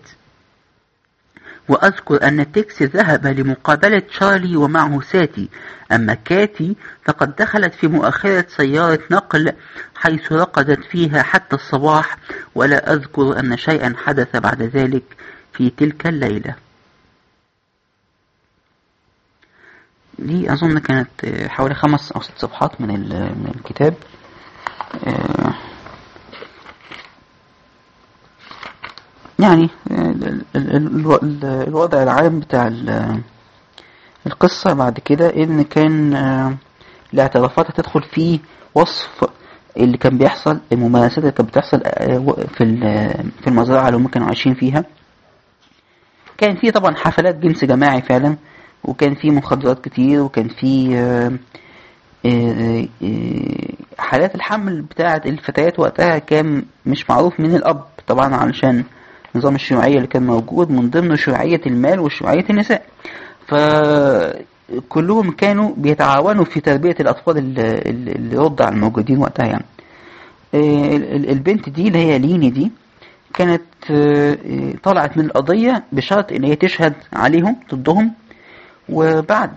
وأذكر أن التاكسي ذهب لمقابلة شارلي ومعه ساتي، أما كاتي فقد دخلت في مؤخرة سيارة نقل حيث رقدت فيها حتى الصباح، ولا أذكر أن شيئا حدث بعد ذلك في تلك الليلة. دي أظن كانت حوالي 5 أو 6 صفحات من الكتاب. يعني الوضع العام بتاع القصة بعد كده إن كان الاعترافات هتدخل في وصف اللي كان بيحصل، الممارسات اللي كانت بتحصل في المزرعة اللي هم كانوا عايشين فيها. كان في طبعا حفلات جنس جماعي فعلا، وكان في مخدرات كتير، وكان في حالات الحمل بتاعة الفتيات وقتها كان مش معروف من الأب طبعا، علشان نظام الشيوعية اللي كان موجود، من ضمن شيوعية المال وشيوعية النساء. فكلهم كانوا بيتعاونوا في تربية الأطفال اللي رضع الموجودين وقتها يعني. البنت دي اللي هي ليني دي كانت طلعت من القضية بشرط ان هي تشهد عليهم ضدهم، وبعد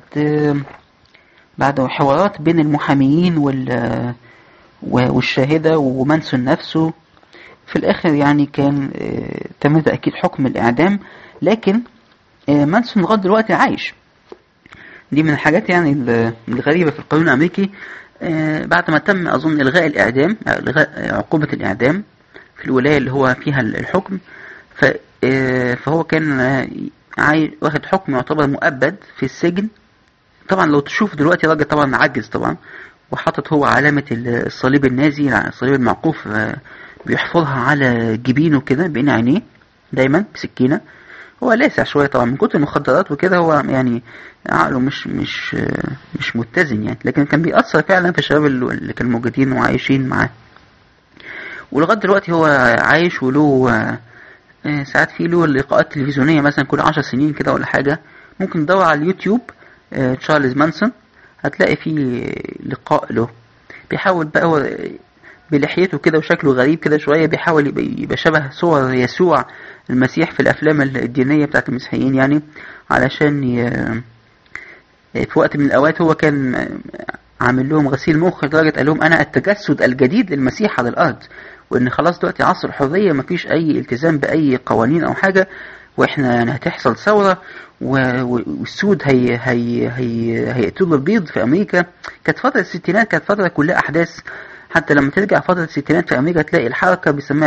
حوارات بين المحاميين والشاهدة ومانسون نفسه، في الآخر يعني كان تم تأكيد حكم الإعدام. لكن مانسون لغاية دلوقتي عايش. دي من الحاجات يعني الغريبة في القانون الأمريكي. بعد ما تم أظن إلغاء الإعدام، إلغاء عقوبة الإعدام في الولاية اللي هو فيها الحكم، فهو كان واخد حكم يعتبر مؤبد في السجن. طبعا لو تشوف دلوقتي راجل طبعا عجز طبعا، وحطت هو علامة الصليب النازي، الصليب المعقوف بيحفرها على جبينه كده بين عينيه دايما بسكينة. هو لاسع شوية طبعا من كتر المخدرات وكده، هو يعني عقله مش متزن يعني، لكن كان بيأثر فعلا في الشباب اللي كانوا موجودين وعايشين معاه. ولغاية دلوقتي هو عايش، وله ساعات فيه له لقاءات تلفزيونية مثلا كل 10 سنين كده ولا حاجة. ممكن تدور على اليوتيوب تشارلز مانسون، هتلاقي فيه لقاء له. بيحاول بقى هو بلحيته كده وشكله غريب كده شوية، بيحاول يبقى شبه صور يسوع المسيح في الأفلام الدينية بتاعت المسيحيين يعني، علشان في وقت من الأوقات هو كان عامل لهم غسيل مخ لدرجة قال لهم أنا التجسد الجديد للمسيح على الأرض، وإن خلاص دلوقتي عصر حرية، مفيش أي التزام بأي قوانين أو حاجة، وإحنا يعني هتحصل ثورة والسود هيقتلوا البيض في أمريكا. كانت فترة الستينات كانت فترة كلها أحداث. حتى لما ترجع فترة الستينات في أمريكا تلاقي الحركة بيسميها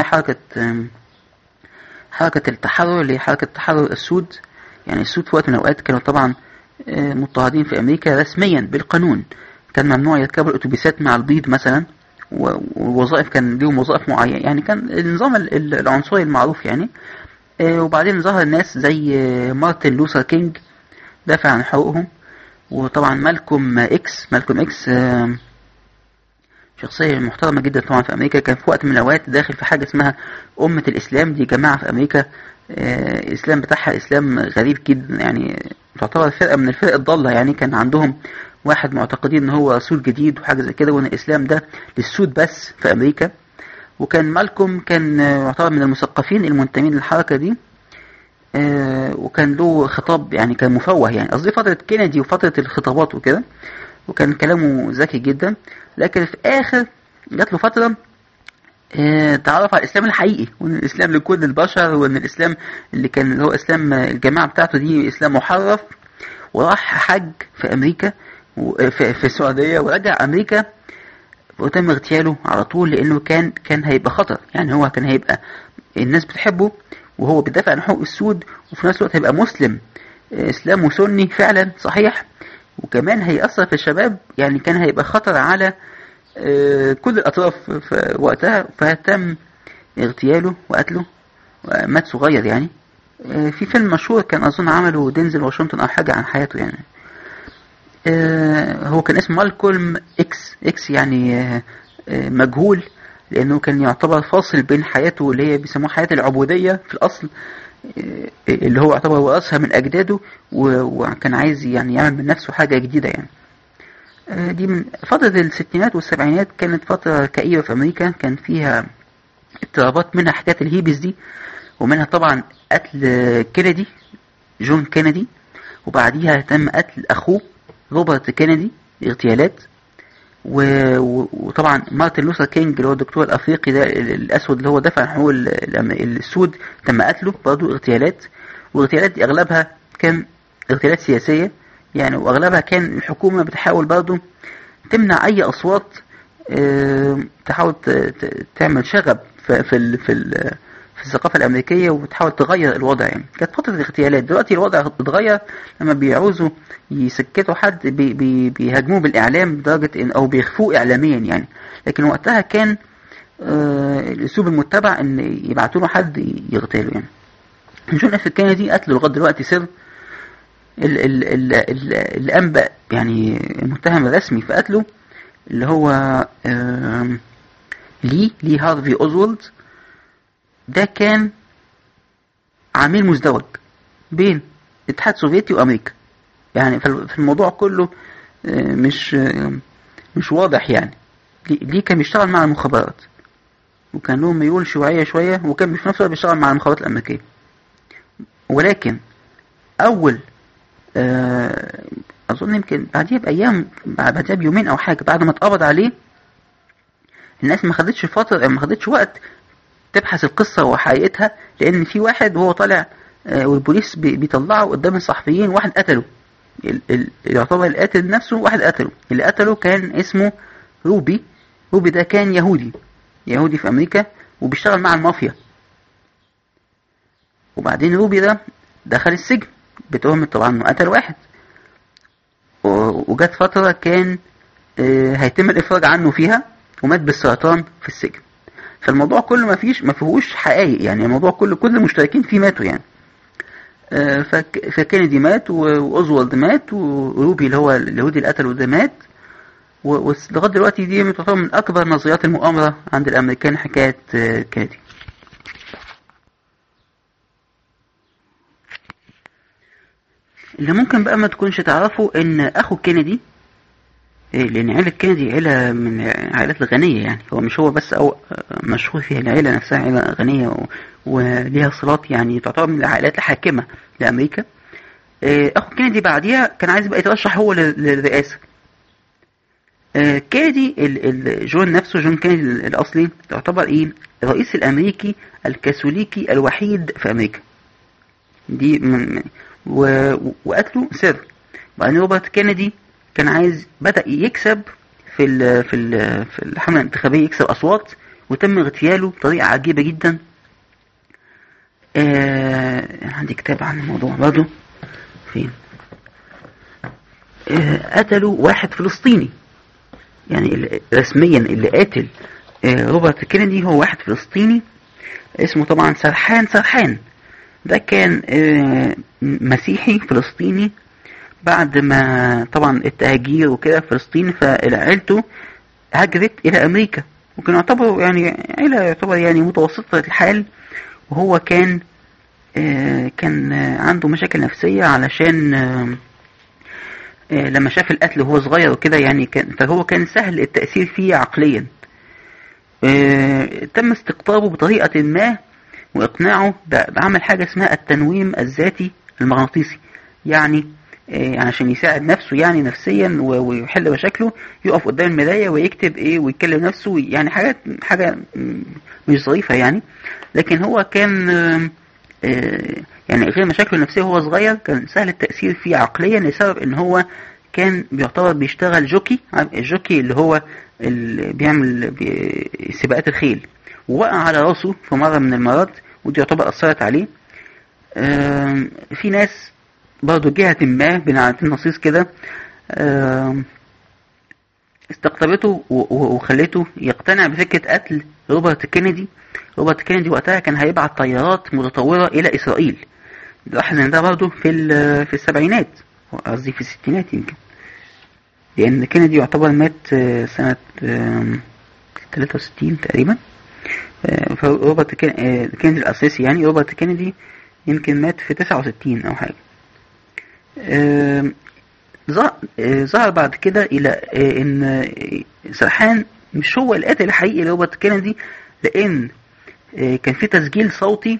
حركة التحرر، اللي هي حركة تحرر السود. يعني السود في وقت من الأوقات كانوا طبعا مضطهدين في أمريكا رسميا بالقانون، كان ممنوع يركبوا الأتوبيسات مع البيض مثلا، ووظائف كان لهم وظائف معينة يعني، كان النظام العنصري المعروف يعني. وبعدين ظهر الناس زي مارتن لوثر كينج دافع عن حقوقهم. وطبعا مالكوم اكس شخصية محترمة جدا طبعا في أمريكا. كان في وقت من الأوقات داخل في حاجة اسمها أمة الإسلام، دي جماعة في أمريكا الإسلام بتاعها إسلام غريب جدا، يعني تعتبر فرقة من الفرق الضالة. يعني كان عندهم واحد معتقدين إن هو رسول جديد وحاجة زي كده، وإن الإسلام ده للسود بس في أمريكا. وكان مالكوم كان يعتبر من المثقفين المنتمين للحركة دي، وكان له خطاب يعني كان مفوه، يعني قصدي فترة كينيدي وفترة الخطابات وكده، وكان كلامه ذكي جدا. لكن في آخر جات له فترة تعرف على الإسلام الحقيقي، وإن الإسلام لكل البشر، وإن الإسلام اللي هو إسلام الجماعة بتاعته دي إسلام محرف. وراح حج في أمريكا في السعودية، ورجع أمريكا وتم اغتياله على طول، لأنه كان هيبقى خطر. يعني هو كان هيبقى الناس بتحبه وهو بيدافع عن حقوق السود، وفي نفس الوقت هيبقى مسلم إسلام سني فعلا صحيح، وكمان هيأثر في الشباب. يعني كان هيبقى خطر على كل الأطراف في وقتها، فتم اغتياله وقتله، مات صغير يعني. في فيلم مشهور كان أظن عمله دينزل واشنطن أو حاجة عن حياته يعني. هو كان اسمه مالكولم اكس يعني مجهول، لأنه كان يعتبر فاصل بين حياته اللي هي بيسموها حياة العبودية في الأصل، اللي هو يعتبر ورثها من أجداده، وكان عايز يعني يعمل من نفسه حاجة جديدة يعني. دي من فترة الستينات والسبعينات، كانت فترة كئيبة في أمريكا، كان فيها اضطرابات، منها حكاية الهيبس دي، ومنها طبعا قتل كينيدي، جون كينيدي، وبعديها تم قتل أخوه روبرت كينيدي، اغتيالات. وطبعا مارتن لوثر كينج اللي هو الدكتور الأفريقي ده الأسود اللي هو دافع عن حقوق السود، تم قتله برضه اغتيالات. واغتيالات دي أغلبها كان اغتيالات سياسية يعني، وأغلبها كان الحكومة بتحاول برضه تمنع أي أصوات تحاول تعمل شغب في الثقافة الأمريكية، وبتحاول تغير الوضع. يعني كانت فترة الاغتيالات. دلوقتي الوضع اتغير، لما بيعوزوا يسكتوا حد بيهاجموه بالإعلام لدرجة أو بيخفوه إعلاميا يعني. لكن وقتها كان الأسلوب المتبع إن يبعتوا له حد يغتاله يعني. جون اف كينيدي قتله لغاية دلوقتي سر. الأنبأ يعني المتهم الرسمي في قتله اللي هو لي هارفي أوزوالد، ده كان عميل مزدوج بين الاتحاد السوفيتي وأمريكا. يعني في الموضوع كله مش واضح يعني. ليه كان بيشتغل مع المخابرات، وكان له ميول شيوعية شوية، وكان في نفس الوقت بيشتغل مع المخابرات الأمريكية. ولكن أول أظن يمكن بعديها بأيام، بعديها بيومين أو حاجة، بعد ما اتقبض عليه، الناس ما خدتش وقت تبحث القصة وحقيقتها، لأن في واحد وهو طالع والبوليس بيطلعه قدام الصحفيين، واحد قتله. يعتبر القاتل نفسه واحد قتله. اللي قتله كان اسمه روبي ده كان يهودي في أمريكا، وبيشتغل مع المافيا. وبعدين روبي ده دخل السجن بتهمة طبعا انه قتل واحد، وجت فترة كان هيتم الإفراج عنه فيها، ومات بالسرطان في السجن. فالموضوع كله ما فيهوش حقائق يعني. الموضوع كل المشتركين فيه ماتوا يعني. فكينيدي مات، وأوزوالد مات، وروبي اللي هو اليهودي اللي قتله ده مات. ولغاية دلوقتي دي تعتبر من أكبر نظريات المؤامرة عند الأمريكان حكاية كينيدي. اللي ممكن بقى ما تكونش تعرفوا ان اخو كينيدي، لان عائلة كينيدي عائلة من العائلات الغنية يعني. هو مش هو بس او مشهور فيها، العائلة نفسها عائلة غنية وليها صلات يعني، تعتبر من العائلات الحاكمة لأمريكا. اخو كينيدي بعديها كان عايز بقى يترشح هو للرئاسة. كينيدي جون كينيدي الأصلي تعتبر الرئيس الأمريكي الكاثوليكي الوحيد في أمريكا دي وقتله سر. بعدين روبرت كينيدي كان عايز بدأ يكسب في الحملة الانتخابية، يكسب أصوات، وتم اغتياله بطريقة عجيبة جدا. عندي كتاب عن الموضوع برضه. فين؟ قتلوا واحد فلسطيني يعني. رسميا اللي قاتل روبرت كينيدي هو واحد فلسطيني اسمه طبعا سرحان. ده كان مسيحي فلسطيني، بعد ما طبعا التهجير وكده في فلسطين، فعيلته هاجرت الى امريكا، وكانوا يعتبروا يعني عيلة يعتبر يعني متوسطة الحال. وهو كان عنده مشاكل نفسية، علشان لما شاف القتل وهو صغير وكده يعني فهو كان سهل التأثير فيه عقليا. تم استقطابه بطريقة ما وإقناعه بعمل حاجة اسمها التنويم الذاتي المغناطيسي، يعني عشان يساعد نفسه يعني نفسيا ويحل مشاكله، يقف قدام المراية ويكتب ويتكلم نفسه، يعني حاجة مش ظريفة يعني. لكن هو كان يعني غير مشاكله النفسية وهو صغير، كان سهل التأثير فيه عقليا لسبب ان هو كان بيعتبر بيشتغل جوكي. الجوكي اللي هو اللي بيعمل سباقات الخيل، ووقع على راسه في مرة من المرات، ودي يعتبر أثرت عليه. في ناس برضو جهة ما بنعتين نصيص كده استقطبته وخلته يقتنع بفكرة قتل روبرت كينيدي. روبرت كينيدي وقتها كان هيبعت طيارات متطورة إلى إسرائيل. لاحظ ان ده برضه في السبعينات، قصدي في الستينات يمكن، لأن كينيدي يعتبر مات سنة 63 تقريبا. فروبرت كينيدي الأساسي يعني روبرت كينيدي يمكن مات في 69 أو حاجة. ظهر بعد كده إلى إن سرحان مش هو القاتل الحقيقي لروبرت كينيدي، لأن كان في تسجيل صوتي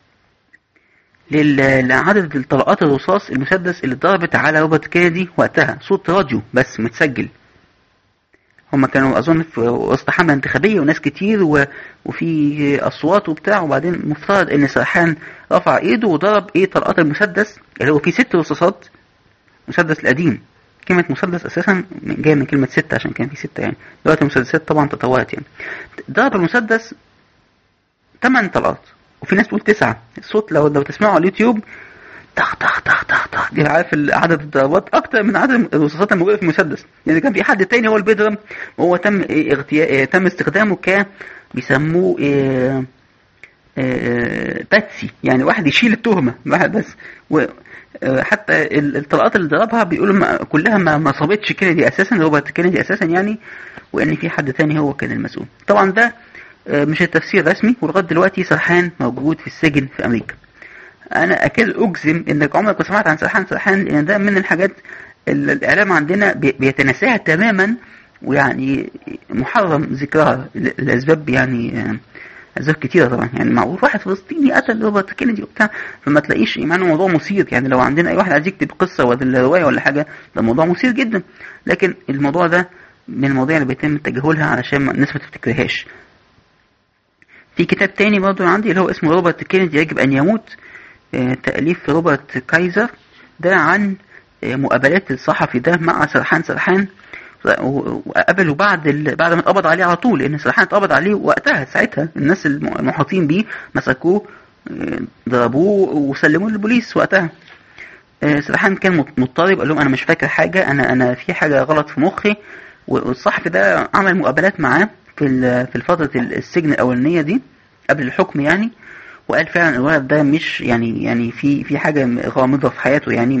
لعدد الطلقات الرصاص المسدس اللي ضربت على روبرت كينيدي وقتها، صوت راديو بس متسجل. هما كانوا أظن في وسط حملة انتخابية وناس كتير وفي أصوات وبتاع، وبعدين مفترض إن سرحان رفع إيده وضرب طلقات المسدس اللي هو فيه 6 رصاصات، مسدس القديم. كلمة مسدس أساسا جاية من كلمة 6 عشان كان فيه 6 يعني. دلوقتي المسدسات طبعا تطورت يعني. ضرب المسدس 8 طلقات، وفي ناس تقول 9. الصوت لو تسمعوا على اليوتيوب طخ طخ طخ طخ طخ، عارف عدد الضربات اكتر من عدد الرصاصات الموجوده في المسدس. يعني كان في حد تاني هو اللي بيضرب، وهو تم استخدامه بيسموه باتسي، يعني واحد يشيل التهمه واحد بس. وحتى الطلقات اللي ضربها بيقولوا كلها ما صابتش كينيدي اساسا، روبرت كينيدي اساسا يعني، وان في حد تاني هو كان المسؤول. طبعا ده مش التفسير رسمي، ولغايه دلوقتي سرحان موجود في السجن في امريكا. انا اكاد اجزم انك عمرك ما سمعت عن سرحان، لان ده من الحاجات الاعلام عندنا بيتناساها تماما، ويعني محرم ذكرها لاسباب يعني اسباب كتيره طبعا. يعني معروف واحد فلسطيني قتل روبرت كينيدي وبتاع، فما تلاقيش ايمانه موضوع مثير. يعني لو عندنا اي واحد عايز يكتب قصه ولا روايه ولا حاجه، ده موضوع مثير جدا. لكن الموضوع ده من المواضيع اللي بيتم تجاهلها علشان الناس ما تفتكرهاش. في كتاب تاني برضه عندي اللي هو اسمه روبرت كينيدي يجب ان يموت، تأليف روبرت كايزر، ده عن مقابلات الصحفي ده مع سرحان، وقابله بعد ما اتقبض عليه على طول، لان سرحان اتقبض عليه وقتها. ساعتها الناس المحاطين بيه مسكوه، ضربوه وسلموه للبوليس وقتها. سرحان كان مضطرب، قال لهم انا مش فاكر حاجه، انا في حاجه غلط في مخي. والصحفي ده عمل مقابلات معاه في فتره السجن الاولانيه دي قبل الحكم يعني، وقال فعلا الولد ده مش يعني في حاجه غامضه في حياته، يعني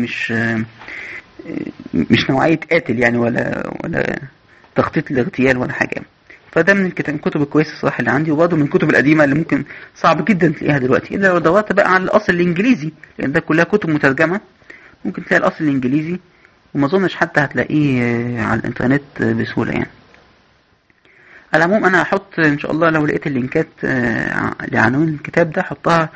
مش نوعيه قاتل يعني، ولا تخطيط الاغتيال ولا حاجه. فده من الكتب الكويسه الصراحه اللي عندي، وبرضه من الكتب القديمه اللي ممكن صعب جدا تلاقيها دلوقتي، الا لو دورت بقى على الاصل الانجليزي، لان ده كلها كتب مترجمه، ممكن تلاقي الاصل الانجليزي، وما اظنش حتى هتلاقيه على الانترنت بسهوله يعني. على العموم انا هحط ان شاء الله لو لقيت اللينكات لعناوين الكتاب ده هحطها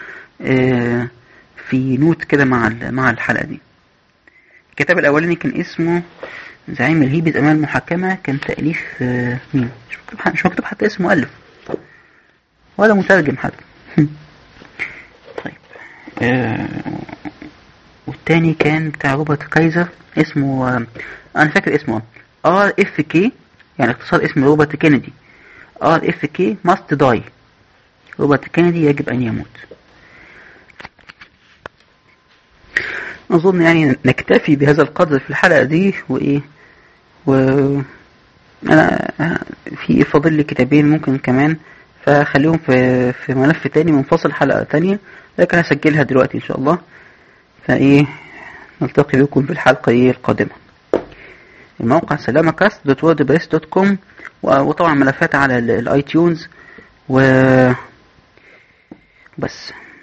في نوت كده مع الحلقه دي. الكتاب الاولاني كان اسمه زعيم الهيبز امام المحاكمه، كان تاليف مين؟ مش مكتوب حتى اسم مؤلف ولا مترجم حتى. طيب والتاني كان بتاع روبرت كايزر، اسمه انا فاكر اسمه RFK، يعني اختصار اسم روبرت كينيدي، RFK must die، روبرت كينيدي يجب أن يموت. أظن يعني نكتفي بهذا القدر في الحلقة دي. أنا في فاضل لي كتابين ممكن كمان، فخليهم في ملف تاني منفصل، حلقة تانية، لكن هسجلها دلوقتي ان شاء الله. فايه نلتقي بكم في الحلقة القادمة. الموقع salamacast.wordpress.com، وطبعا ملفات على الاي تيونز وبس.